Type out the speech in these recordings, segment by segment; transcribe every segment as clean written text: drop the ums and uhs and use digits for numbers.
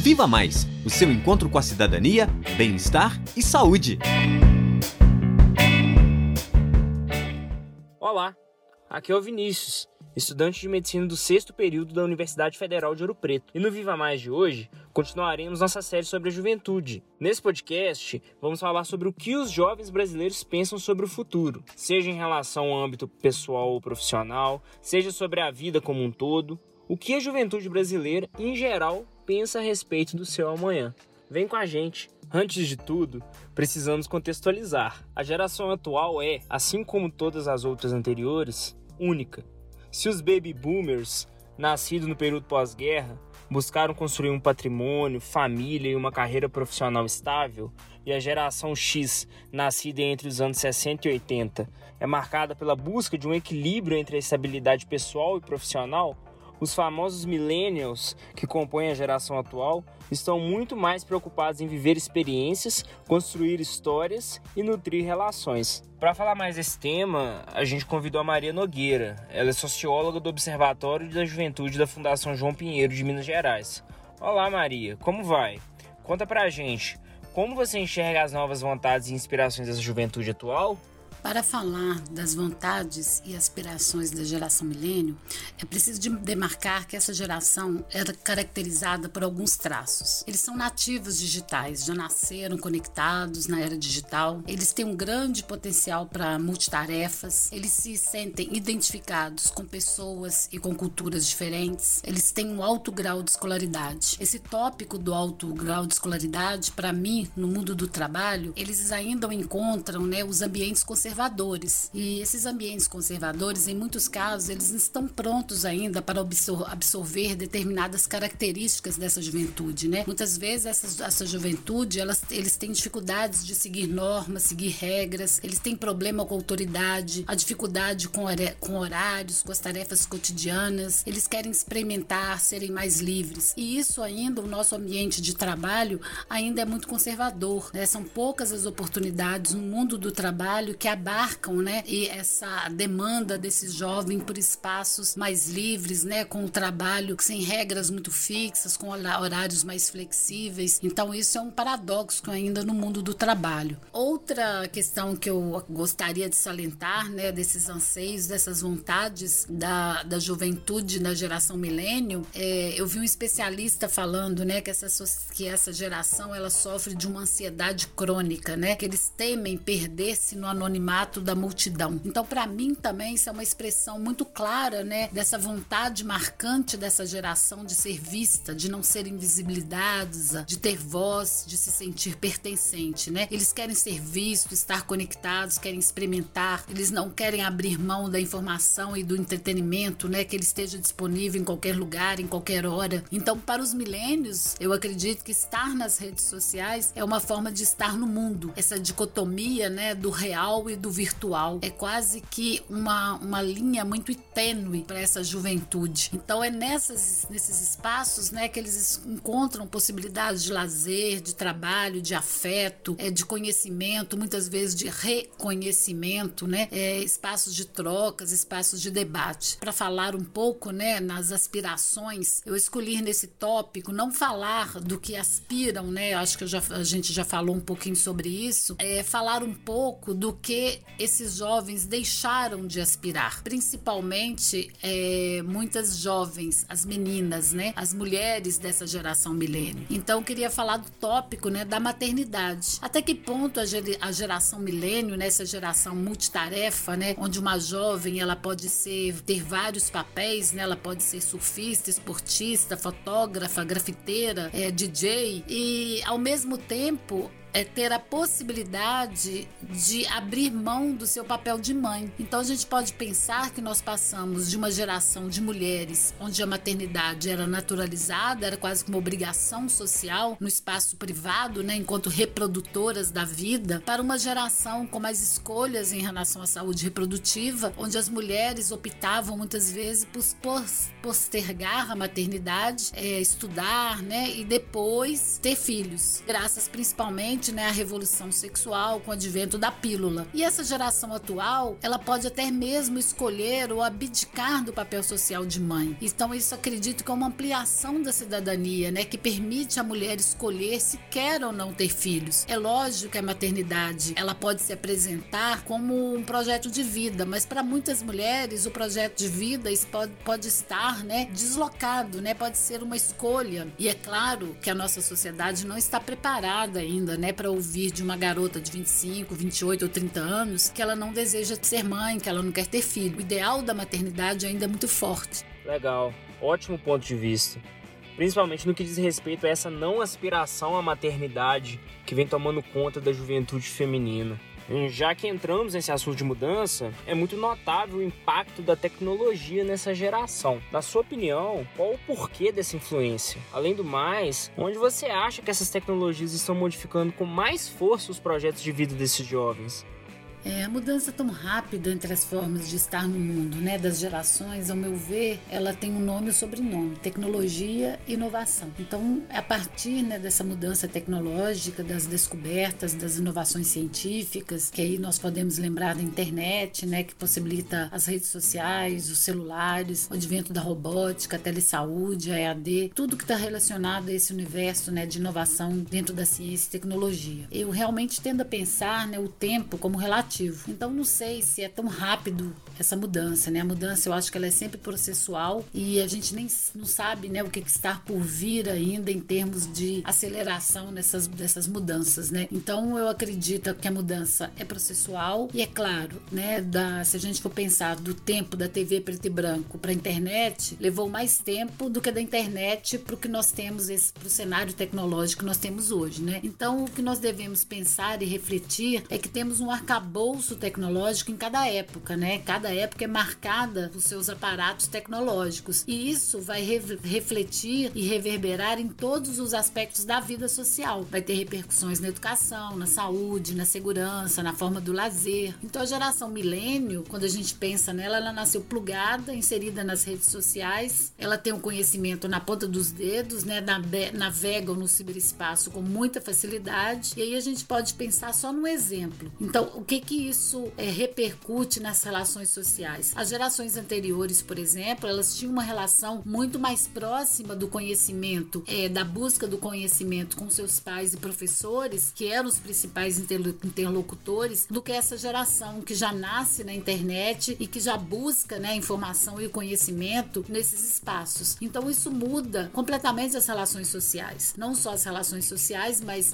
Viva Mais, o seu encontro com a cidadania, bem-estar e saúde. Olá, aqui é o Vinícius, estudante de medicina do 6º período da Universidade Federal de Ouro Preto. E no Viva Mais de hoje, continuaremos nossa série sobre a juventude. Nesse podcast, vamos falar sobre o que os jovens brasileiros pensam sobre o futuro, seja em relação ao âmbito pessoal ou profissional, seja sobre a vida como um todo, o que a juventude brasileira, em geral, pensa a respeito do seu amanhã. Vem com a gente! Antes de tudo, precisamos contextualizar. A geração atual é, assim como todas as outras anteriores, única. Se os baby boomers, nascidos no período pós-guerra, buscaram construir um patrimônio, família e uma carreira profissional estável, e a geração X, nascida entre os anos 60 e 80, é marcada pela busca de um equilíbrio entre a estabilidade pessoal e profissional, os famosos millennials, que compõem a geração atual, estão muito mais preocupados em viver experiências, construir histórias e nutrir relações. Para falar mais desse tema, a gente convidou a Maria Nogueira. Ela é socióloga do Observatório da Juventude da Fundação João Pinheiro de Minas Gerais. Olá, Maria, como vai? Conta pra gente, como você enxerga as novas vontades e inspirações dessa juventude atual? Para falar das vontades e aspirações da geração milênio, é preciso demarcar que essa geração era caracterizada por alguns traços. Eles são nativos digitais, já nasceram conectados na era digital, eles têm um grande potencial para multitarefas, eles se sentem identificados com pessoas e com culturas diferentes, eles têm um alto grau de escolaridade. Esse tópico do alto grau de escolaridade, para mim, no mundo do trabalho, eles ainda encontram, os ambientes conservadores. E esses ambientes conservadores, em muitos casos, eles não estão prontos ainda para absorver determinadas características dessa juventude, Muitas vezes essa juventude, eles têm dificuldades de seguir normas, seguir regras, eles têm problema com a autoridade, a dificuldade com horários, com as tarefas cotidianas, eles querem experimentar, serem mais livres. E isso ainda, o nosso ambiente de trabalho ainda é muito conservador, São poucas as oportunidades no mundo do trabalho que abarcam, e essa demanda desses jovens por espaços mais livres, com o trabalho sem regras muito fixas, com horários mais flexíveis. Então isso é um paradoxo ainda no mundo do trabalho. Outra questão que eu gostaria de salientar, desses anseios, dessas vontades da juventude na geração milênio, eu vi um especialista falando, que essa geração ela sofre de uma ansiedade crônica, que eles temem perder-se no anonimato da multidão. Então, para mim também isso é uma expressão muito clara, dessa vontade marcante dessa geração de ser vista, de não ser invisibilizados, de ter voz, de se sentir pertencente, Eles querem ser vistos, estar conectados, querem experimentar, eles não querem abrir mão da informação e do entretenimento, que ele esteja disponível em qualquer lugar, em qualquer hora. Então, para os milênios, eu acredito que estar nas redes sociais é uma forma de estar no mundo. Essa dicotomia, do real e do virtual é quase que uma linha muito tênue para essa juventude. Então é nesses espaços, que eles encontram possibilidades de lazer, de trabalho, de afeto, de conhecimento, muitas vezes de reconhecimento, espaços de trocas, espaços de debate. Para falar um pouco, nas aspirações, eu escolhi nesse tópico não falar do que aspiram, acho que a gente já falou um pouquinho sobre isso, falar um pouco do que esses jovens deixaram de aspirar, principalmente muitas jovens, as meninas, as mulheres dessa geração milênio. Então eu queria falar do tópico, da maternidade. Até que ponto a geração milênio, essa geração multitarefa, onde uma jovem ela pode ter vários papéis, ela pode ser surfista, esportista, fotógrafa, grafiteira, DJ e ao mesmo tempo ter a possibilidade de abrir mão do seu papel de mãe. Então a gente pode pensar que nós passamos de uma geração de mulheres onde a maternidade era naturalizada, era quase como uma obrigação social no espaço privado, enquanto reprodutoras da vida, para uma geração com mais escolhas em relação à saúde reprodutiva, onde as mulheres optavam muitas vezes por postergar a maternidade, estudar, e depois ter filhos, graças principalmente repercute, né, a revolução sexual com o advento da pílula. E essa geração atual, ela pode até mesmo escolher ou abdicar do papel social de mãe. Então isso acredito que é uma ampliação da cidadania, né, que permite a mulher escolher se quer ou não ter filhos. É lógico que a maternidade, ela pode se apresentar como um projeto de vida, mas para muitas mulheres o projeto de vida pode estar, né, deslocado, né, pode ser uma escolha. E é claro que a nossa sociedade não está preparada ainda, né, para ouvir de uma garota de 25, 28 ou 30 anos que ela não deseja ser mãe, que ela não quer ter filho. O ideal da maternidade ainda é muito forte. Legal, ótimo ponto de vista. Principalmente no que diz respeito a essa não aspiração à maternidade que vem tomando conta da juventude feminina. Já que entramos nesse assunto de mudança, é muito notável o impacto da tecnologia nessa geração. Na sua opinião, qual o porquê dessa influência? Além do mais, onde você acha que essas tecnologias estão modificando com mais força os projetos de vida desses jovens? A mudança tão rápida entre as formas de estar no mundo, né, das gerações, ao meu ver, ela tem um nome e um sobrenome: tecnologia e inovação. Então, a partir, né, dessa mudança tecnológica, das descobertas, das inovações científicas, que aí nós podemos lembrar da internet, né, que possibilita as redes sociais, os celulares, o advento da robótica, a telesaúde, a EAD, tudo que está relacionado a esse universo, né, de inovação dentro da ciência e tecnologia. Eu realmente tendo a pensar, né, o tempo como relativo. Então não sei se é tão rápido essa mudança, né? A mudança eu acho que ela é sempre processual e a gente nem não sabe, né, o que está por vir ainda em termos de aceleração dessas mudanças, né? Então eu acredito que a mudança é processual e é claro, né, se a gente for pensar do tempo da TV preto e branco para a internet, levou mais tempo do que da internet para o que nós temos, para o cenário tecnológico que nós temos hoje, né? Então o que nós devemos pensar e refletir é que temos um arcabouço tecnológico em cada época, né? Cada época é marcada por seus aparatos tecnológicos e isso vai refletir e reverberar em todos os aspectos da vida social. Vai ter repercussões na educação, na saúde, na segurança, na forma do lazer. Então a geração milênio, quando a gente pensa nela, ela nasceu plugada, inserida nas redes sociais, ela tem um conhecimento na ponta dos dedos, né? Navegam no ciberespaço com muita facilidade e aí a gente pode pensar só num exemplo. Então, o que isso repercute nas relações sociais? As gerações anteriores, por exemplo, elas tinham uma relação muito mais próxima do conhecimento, da busca do conhecimento com seus pais e professores, que eram os principais interlocutores, do que essa geração que já nasce na internet e que já busca, né, a informação e o conhecimento nesses espaços. Então isso muda completamente as relações sociais. Não só as relações sociais, mas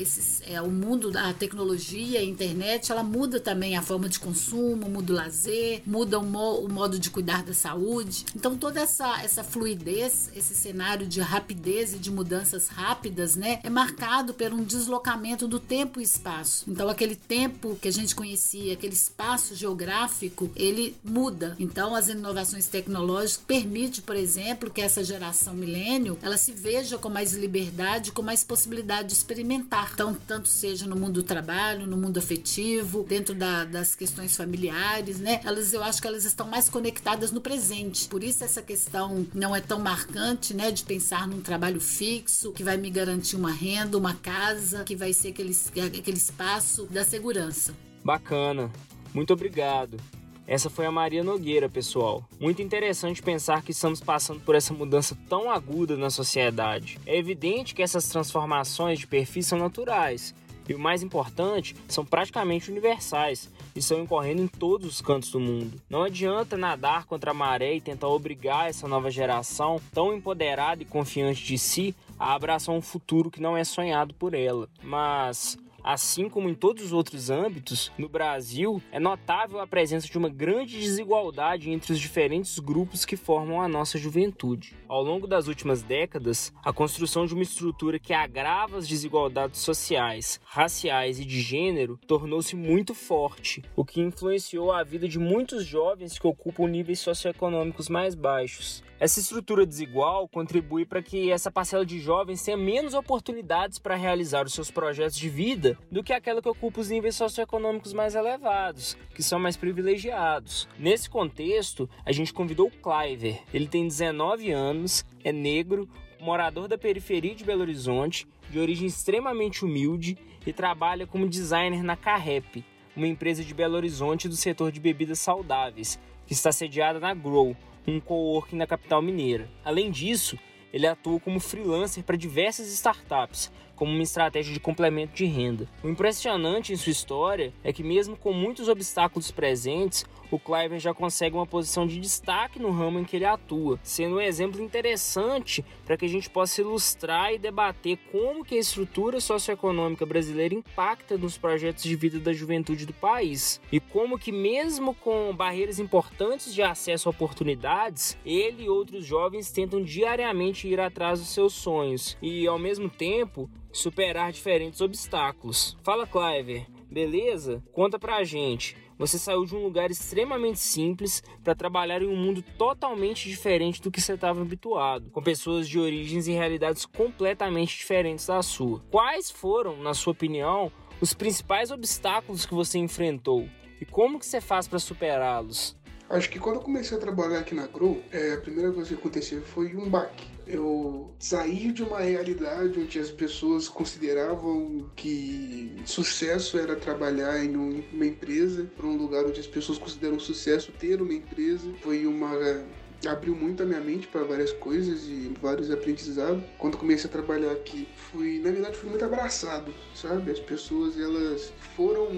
o mundo da tecnologia, a internet, ela muda também a forma de consumo, muda o lazer, muda o modo de cuidar da saúde. Então toda essa fluidez, esse cenário de rapidez e de mudanças rápidas, né, é marcado por um deslocamento do tempo e espaço. Então aquele tempo que a gente conhecia, aquele espaço geográfico, ele muda. Então as inovações tecnológicas permitem, por exemplo, que essa geração milênio, ela se veja com mais liberdade, com mais possibilidade de experimentar. Então tanto seja no mundo do trabalho, no mundo afetivo, dentro das questões familiares, né? Eu acho que elas estão mais conectadas no presente. Por isso essa questão não é tão marcante, né? De pensar num trabalho fixo, que vai me garantir uma renda, uma casa, que vai ser aquele espaço da segurança. Bacana. Muito obrigado. Essa foi a Maria Nogueira, pessoal. Muito interessante pensar que estamos passando por essa mudança tão aguda na sociedade. É evidente que essas transformações de perfis são naturais. E o mais importante, são praticamente universais e estão ocorrendo em todos os cantos do mundo. Não adianta nadar contra a maré e tentar obrigar essa nova geração, tão empoderada e confiante de si, a abraçar um futuro que não é sonhado por ela. Mas, assim como em todos os outros âmbitos, no Brasil é notável a presença de uma grande desigualdade entre os diferentes grupos que formam a nossa juventude. Ao longo das últimas décadas, a construção de uma estrutura que agrava as desigualdades sociais, raciais e de gênero tornou-se muito forte, o que influenciou a vida de muitos jovens que ocupam níveis socioeconômicos mais baixos. Essa estrutura desigual contribui para que essa parcela de jovens tenha menos oportunidades para realizar os seus projetos de vida do que aquela que ocupa os níveis socioeconômicos mais elevados, que são mais privilegiados. Nesse contexto, a gente convidou o Cliver. Ele tem 19 anos, é negro, morador da periferia de Belo Horizonte, de origem extremamente humilde e trabalha como designer na Carrep, uma empresa de Belo Horizonte do setor de bebidas saudáveis, que está sediada na Grow, um coworking na capital mineira. Além disso, ele atua como freelancer para diversas startups, como uma estratégia de complemento de renda. O impressionante em sua história é que, mesmo com muitos obstáculos presentes, o Cliver já consegue uma posição de destaque no ramo em que ele atua, sendo um exemplo interessante para que a gente possa ilustrar e debater como que a estrutura socioeconômica brasileira impacta nos projetos de vida da juventude do país, e como que, mesmo com barreiras importantes de acesso a oportunidades, ele e outros jovens tentam diariamente ir atrás dos seus sonhos e, ao mesmo tempo, superar diferentes obstáculos. Fala, Cliver, beleza? Conta pra gente. Você saiu de um lugar extremamente simples para trabalhar em um mundo totalmente diferente do que você estava habituado, com pessoas de origens e realidades completamente diferentes da sua. Quais foram, na sua opinião, os principais obstáculos que você enfrentou e como que você faz para superá-los? Acho que quando eu comecei a trabalhar aqui na Grow, a primeira coisa que aconteceu foi um baque. Eu saí de uma realidade onde as pessoas consideravam que sucesso era trabalhar em uma empresa, para um lugar onde as pessoas consideram sucesso ter uma empresa. Abriu muito a minha mente para várias coisas e vários aprendizados. Quando comecei a trabalhar aqui, fui muito abraçado, sabe? As pessoas, elas foram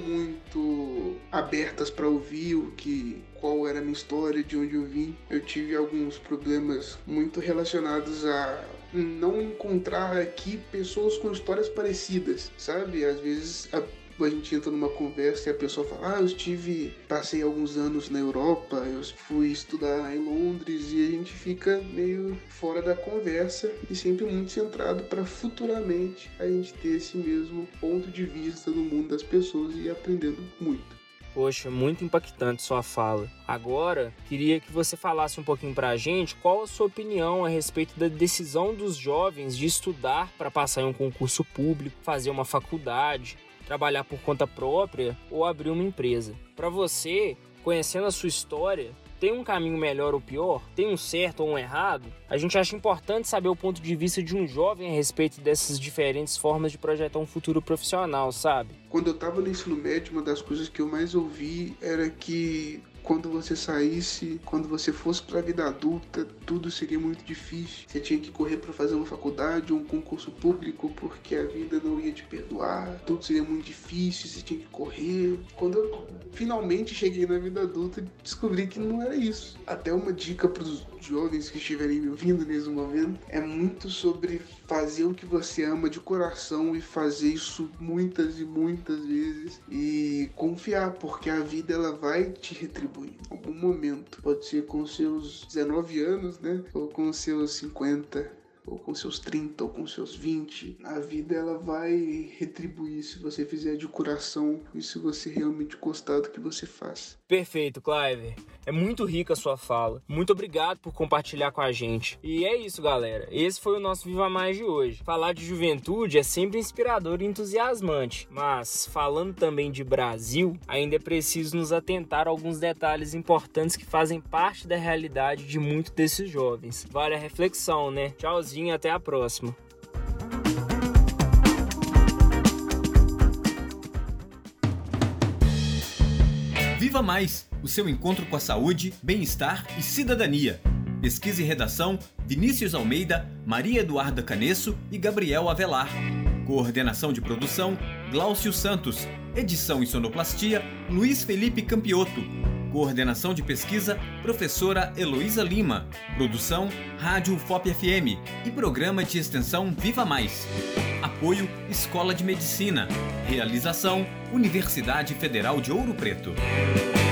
muito abertas para ouvir qual era a minha história, de onde eu vim. Eu tive alguns problemas muito relacionados a não encontrar aqui pessoas com histórias parecidas, sabe? Às vezes a gente entra numa conversa e a pessoa fala: passei alguns anos na Europa, eu fui estudar em Londres, e a gente fica meio fora da conversa e sempre muito centrado para futuramente a gente ter esse mesmo ponto de vista no mundo das pessoas e ir aprendendo muito. Poxa, muito impactante sua fala. Agora, queria que você falasse um pouquinho pra gente qual a sua opinião a respeito da decisão dos jovens de estudar para passar em um concurso público, fazer uma faculdade, trabalhar por conta própria ou abrir uma empresa. Para você, conhecendo a sua história, tem um caminho melhor ou pior? Tem um certo ou um errado? A gente acha importante saber o ponto de vista de um jovem a respeito dessas diferentes formas de projetar um futuro profissional, sabe? Quando eu estava no ensino médio, uma das coisas que eu mais ouvi era que quando você saísse, quando você fosse para a vida adulta, tudo seria muito difícil. Você tinha que correr para fazer uma faculdade ou um concurso público porque a vida não ia te perdoar. Tudo seria muito difícil, você tinha que correr. Quando eu finalmente cheguei na vida adulta, descobri que não era isso. Até uma dica para os jovens que estiverem me ouvindo nesse momento, é muito sobre fazer o que você ama de coração e fazer isso muitas e muitas vezes e confiar, porque a vida ela vai te retribuir em algum momento. Pode ser com seus 19 anos, né? Ou com seus 50, ou com seus 30, ou com seus 20. A vida ela vai retribuir se você fizer de coração e se você realmente gostar do que você faz. Perfeito, Cliver. É muito rica a sua fala. Muito obrigado por compartilhar com a gente. E é isso, galera. Esse foi o nosso Viva Mais de hoje. Falar de juventude é sempre inspirador e entusiasmante. Mas, falando também de Brasil, ainda é preciso nos atentar a alguns detalhes importantes que fazem parte da realidade de muitos desses jovens. Vale a reflexão, né? Tchauzinho e até a próxima. Viva Mais, o seu encontro com a saúde, bem-estar e cidadania. Pesquisa e redação, Vinícius Almeida, Maria Eduarda Canesso e Gabriel Avelar. Coordenação de produção, Glaucio Santos. Edição e sonoplastia, Luiz Felipe Campioto. Coordenação de pesquisa, professora Heloísa Lima. Produção, Rádio FOP FM e programa de extensão Viva Mais. Apoio, Escola de Medicina. Realização, Universidade Federal de Ouro Preto.